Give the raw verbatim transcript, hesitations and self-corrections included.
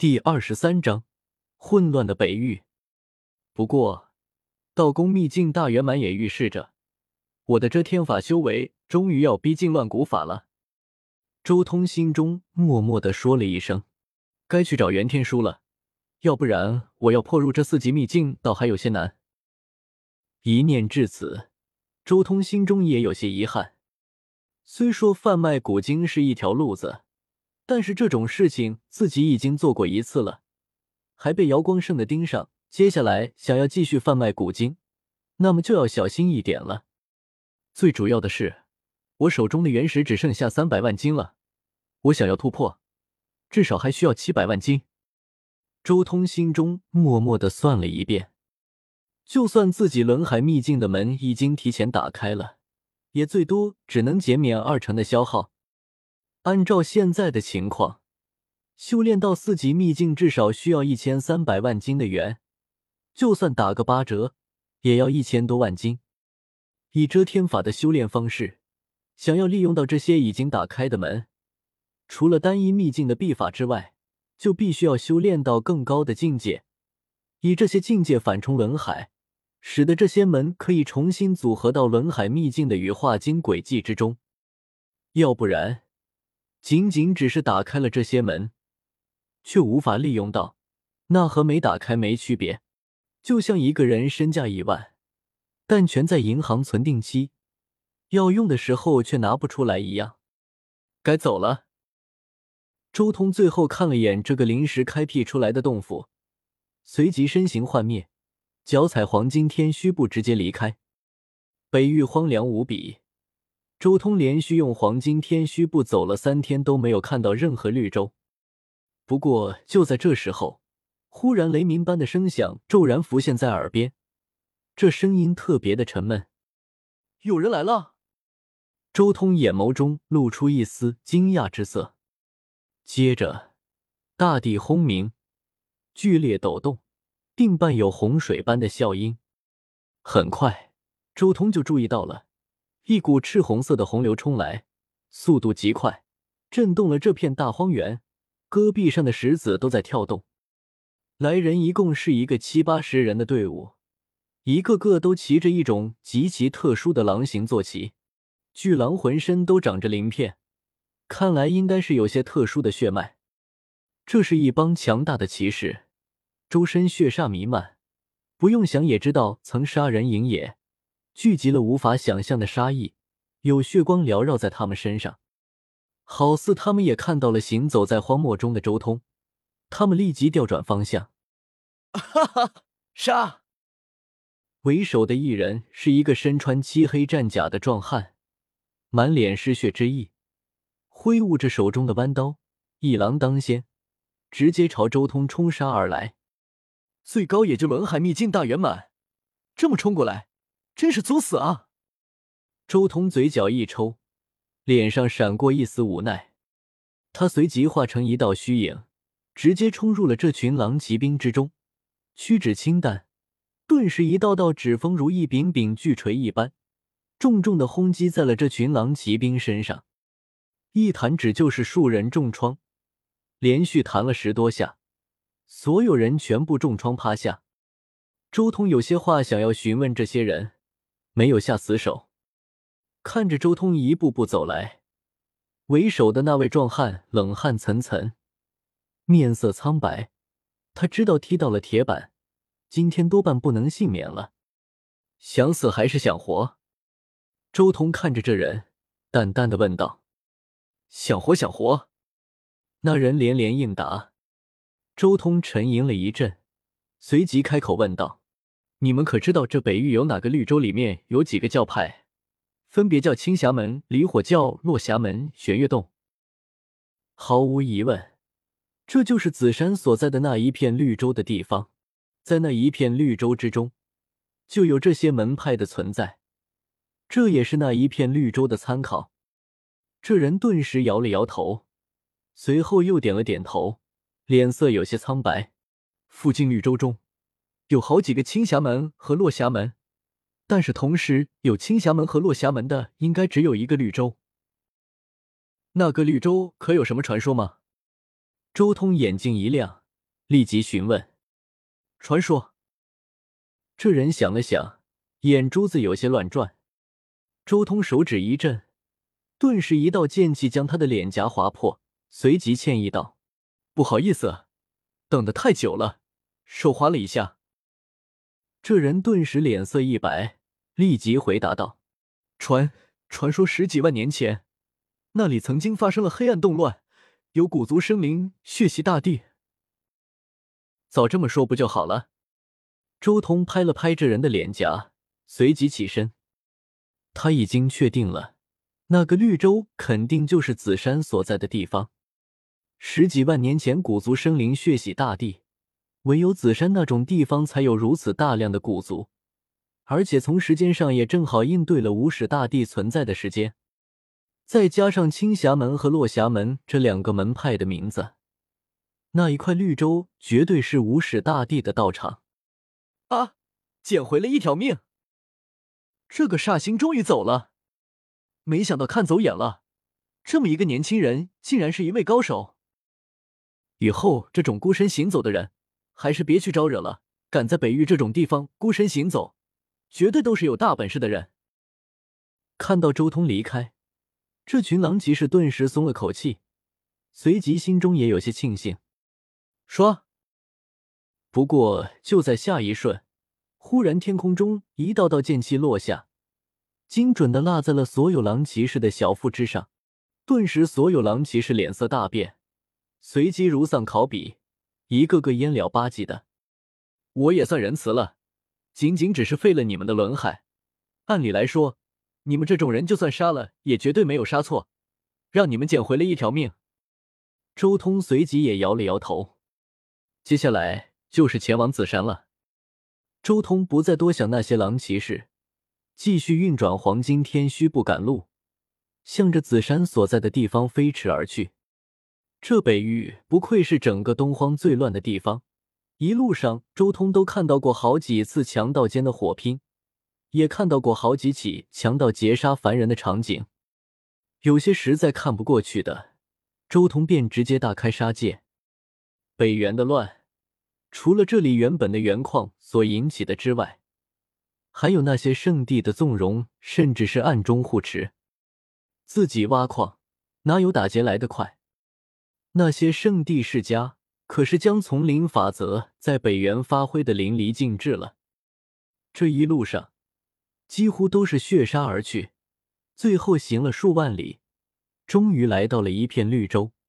第二十三章混乱的北域。不过道宫秘境大圆满也预示着我的这天法修为终于要逼近乱古法了。周通心中默默地说了一声，该去找袁天书了，要不然我要破入这四级秘境倒还有些难。一念至此，周通心中也有些遗憾。虽说贩卖古经是一条路子，但是这种事情自己已经做过一次了，还被姚光胜的盯上，接下来想要继续贩卖古经，那么就要小心一点了。最主要的是，我手中的原石只剩下三百万斤了，我想要突破，至少还需要七百万斤。周通心中默默地算了一遍，就算自己轮海秘境的门已经提前打开了，也最多只能减免二成的消耗。按照现在的情况，修炼到四级秘境至少需要一千三百万斤的元，就算打个八折，也要一千多万斤。以遮天法的修炼方式，想要利用到这些已经打开的门，除了单一秘境的秘法之外，就必须要修炼到更高的境界，以这些境界反冲轮海，使得这些门可以重新组合到轮海秘境的羽化经轨迹之中。要不然仅仅只是打开了这些门，却无法利用到，那和没打开没区别。就像一个人身价一万，但全在银行存定期，要用的时候却拿不出来一样。该走了。周通最后看了眼这个临时开辟出来的洞府，随即身形幻灭，脚踩黄金天虚步直接离开。北域荒凉无比，周通连续用黄金天虚步走了三天都没有看到任何绿洲。不过就在这时候，忽然雷鸣般的声响骤然浮现在耳边，这声音特别的沉闷。有人来了！周通眼眸中露出一丝惊讶之色，接着大地轰鸣，剧烈抖动，并伴有洪水般的啸音。很快周通就注意到了一股赤红色的洪流冲来，速度极快，震动了这片大荒原，戈壁上的石子都在跳动。来人一共是一个七八十人的队伍，一个个都骑着一种极其特殊的狼形坐骑，巨狼浑身都长着鳞片，看来应该是有些特殊的血脉。这是一帮强大的骑士，周身血煞弥漫，不用想也知道曾杀人营野，聚集了无法想象的杀意，有血光缭绕在他们身上。好似他们也看到了行走在荒漠中的周通，他们立即调转方向。哈哈，杀！为首的一人是一个身穿漆黑战甲的壮汉，满脸是血之意，挥舞着手中的弯刀，一狼当先，直接朝周通冲杀而来。最高也就轮海秘境大圆满，这么冲过来，真是作死啊！周通嘴角一抽，脸上闪过一丝无奈，他随即化成一道虚影，直接冲入了这群狼骑兵之中，屈指轻弹，顿时一道道指锋如一柄柄巨锤一般，重重地轰击在了这群狼骑兵身上。一弹指就是数人重创，连续弹了十多下，所有人全部重创趴下。周通有些话想要询问这些人，没有下死手。看着周通一步步走来，为首的那位壮汉冷汗涔涔，面色苍白，他知道踢到了铁板，今天多半不能幸免了。想死还是想活？周通看着这人，淡淡的问道。想活想活。那人连连应答。周通沉吟了一阵，随即开口问道，你们可知道这北域有哪个绿洲里面有几个教派，分别叫青霞门、离火教、落霞门、玄月洞？毫无疑问，这就是紫珊所在的那一片绿洲的地方。在那一片绿洲之中，就有这些门派的存在，这也是那一片绿洲的参考。这人顿时摇了摇头，随后又点了点头，脸色有些苍白。附近绿洲中有好几个青霞门和落霞门，但是同时有青霞门和落霞门的应该只有一个绿洲。那个绿洲可有什么传说吗？周通眼睛一亮， 立即询问：“传说。”这人想了想，眼珠子有些乱转。周通手指一震，顿时一道剑气将他的脸颊划破，随即歉意道：“不好意思，等得太久了，手滑了一下。”这人顿时脸色一白，立即回答道：“传传说十几万年前，那里曾经发生了黑暗动乱，有古族生灵血洗大地。”早这么说不就好了？周通拍了拍这人的脸颊，随即起身。他已经确定了，那个绿洲肯定就是紫珊所在的地方。十几万年前古族生灵血洗大地，唯有紫珊那种地方才有如此大量的古族，而且从时间上也正好应对了无始大帝存在的时间。再加上青霞门和落霞门这两个门派的名字，那一块绿洲绝对是无始大帝的道场。啊，捡回了一条命！这个煞星终于走了，没想到看走眼了，这么一个年轻人竟然是一位高手。以后这种孤身行走的人，还是别去招惹了，敢在北域这种地方孤身行走，绝对都是有大本事的人。看到周通离开，这群狼骑士顿时松了口气，随即心中也有些庆幸。说，不过就在下一瞬，忽然天空中一道道剑气落下，精准地落在了所有狼骑士的小腹之上。顿时所有狼骑士脸色大变，随即如丧考妣，一个个烟了吧唧的。我也算仁慈了，仅仅只是废了你们的轮海，按理来说你们这种人就算杀了也绝对没有杀错，让你们捡回了一条命。周通随即也摇了摇头。接下来就是前往紫珊了。周通不再多想那些狼骑士，继续运转黄金天虚不赶路，向着紫珊所在的地方飞驰而去。这北域不愧是整个东荒最乱的地方，一路上周通都看到过好几次强盗间的火拼，也看到过好几起强盗劫杀凡人的场景。有些实在看不过去的，周通便直接大开杀戒。北原的乱，除了这里原本的原矿所引起的之外，还有那些圣地的纵容，甚至是暗中护持。自己挖矿哪有打劫来得快？那些圣地世家可是将丛林法则在北原发挥的淋漓尽致了。这一路上几乎都是血杀而去，最后行了数万里，终于来到了一片绿洲。